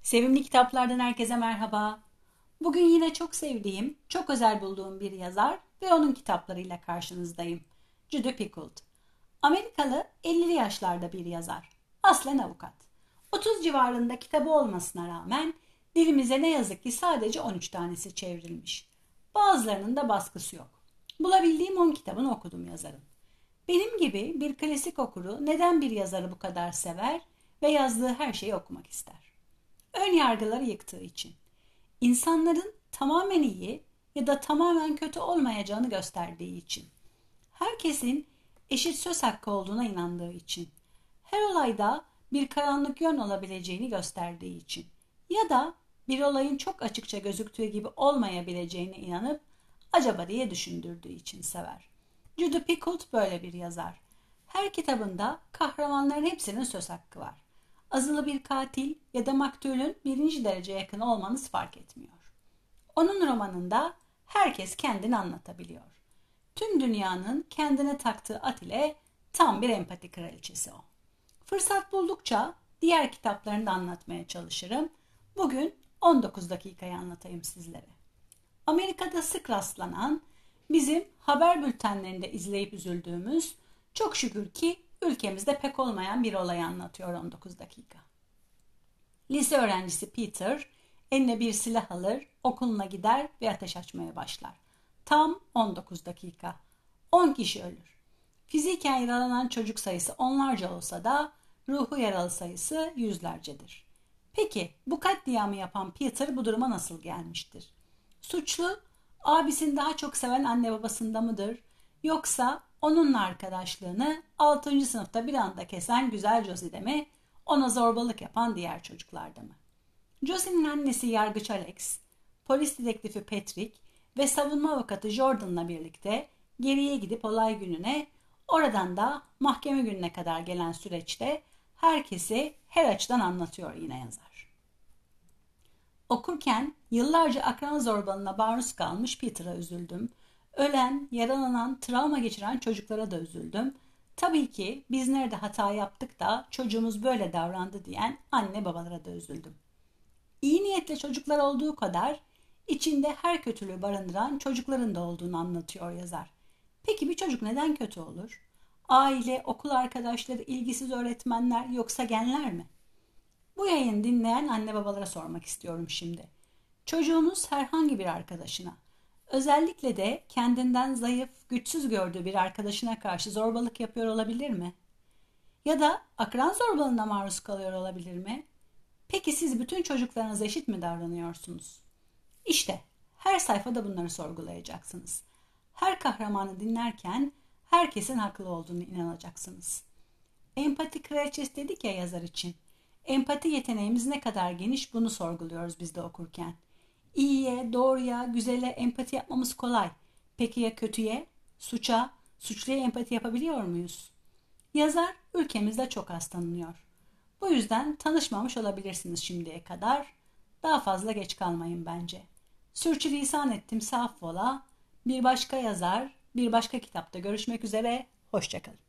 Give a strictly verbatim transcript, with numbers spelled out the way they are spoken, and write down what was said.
Sevimli kitaplardan herkese merhaba. Bugün yine çok sevdiğim, çok özel bulduğum bir yazar ve onun kitaplarıyla karşınızdayım. Judy Picoult. Amerikalı ellili yaşlarda bir yazar. Aslen avukat. otuz civarında kitabı olmasına rağmen dilimize ne yazık ki sadece on üç tanesi çevrilmiş. Bazılarının da baskısı yok. Bulabildiğim on kitabını okudum yazarın. Benim gibi bir klasik okuru neden bir yazarı bu kadar sever ve yazdığı her şeyi okumak ister? Ön yargıları yıktığı için, insanların tamamen iyi ya da tamamen kötü olmayacağını gösterdiği için, herkesin eşit söz hakkı olduğuna inandığı için, her olayda bir karanlık yön olabileceğini gösterdiği için ya da bir olayın çok açıkça gözüktüğü gibi olmayabileceğine inanıp acaba diye düşündürdüğü için sever. Judy Picoult böyle bir yazar. Her kitabında kahramanların hepsinin söz hakkı var. Azılı bir katil ya da maktulün birinci derece yakın olmanız fark etmiyor. Onun romanında herkes kendini anlatabiliyor. Tüm dünyanın kendine taktığı at ile tam bir empati kraliçesi o. Fırsat buldukça diğer kitaplarını da anlatmaya çalışırım. Bugün on dokuz dakikayı anlatayım sizlere. Amerika'da sık rastlanan, bizim haber bültenlerinde izleyip üzüldüğümüz, çok şükür ki ülkemizde pek olmayan bir olayı anlatıyor on dokuz dakika. Lise öğrencisi Peter eline bir silah alır, okuluna gider ve ateş açmaya başlar. Tam on dokuz dakika. on kişi ölür. Fiziken yaralanan çocuk sayısı onlarca olsa da ruhu yaralı sayısı yüzlercedir. Peki bu katliamı yapan Peter bu duruma nasıl gelmiştir? Suçlu abisini daha çok seven anne babasında mıdır? Yoksa onunla arkadaşlığını altıncı sınıfta bir anda kesen güzel Josie'de mi? Ona zorbalık yapan diğer çocuklarda mı? Josie'nin annesi yargıç Alex, polis dedektifi Patrick ve savunma avukatı Jordan'la birlikte geriye gidip olay gününe, oradan da mahkeme gününe kadar gelen süreçte herkesi her açıdan anlatıyor yine yazar. Okurken yıllarca akran zorbalığına maruz kalmış Peter'a üzüldüm. Ölen, yaralanan, travma geçiren çocuklara da üzüldüm. Tabii ki biz nerede hata yaptık da çocuğumuz böyle davrandı diyen anne babalara da üzüldüm. İyi niyetli çocuklar olduğu kadar içinde her kötülüğü barındıran çocukların da olduğunu anlatıyor yazar. Peki bir çocuk neden kötü olur? Aile, okul arkadaşları, ilgisiz öğretmenler yoksa genler mi? Bu yayını dinleyen anne babalara sormak istiyorum şimdi. Çocuğunuz herhangi bir arkadaşına, özellikle de kendinden zayıf, güçsüz gördüğü bir arkadaşına karşı zorbalık yapıyor olabilir mi? Ya da akran zorbalığına maruz kalıyor olabilir mi? Peki siz bütün çocuklarınıza eşit mi davranıyorsunuz? İşte her sayfada bunları sorgulayacaksınız. Her kahramanı dinlerken herkesin haklı olduğunu inanacaksınız. Empati kraliçesi dedik ya yazar için. Empati yeteneğimiz ne kadar geniş bunu sorguluyoruz biz de okurken. İyiye, doğruya, güzele empati yapmamız kolay. Peki ya kötüye, suça, suçluya empati yapabiliyor muyuz? Yazar ülkemizde çok az tanınıyor. Bu yüzden tanışmamış olabilirsiniz şimdiye kadar. Daha fazla geç kalmayın bence. Sürçülisan ettim affola. Bir başka yazar, bir başka kitapta görüşmek üzere. Hoşça kalın.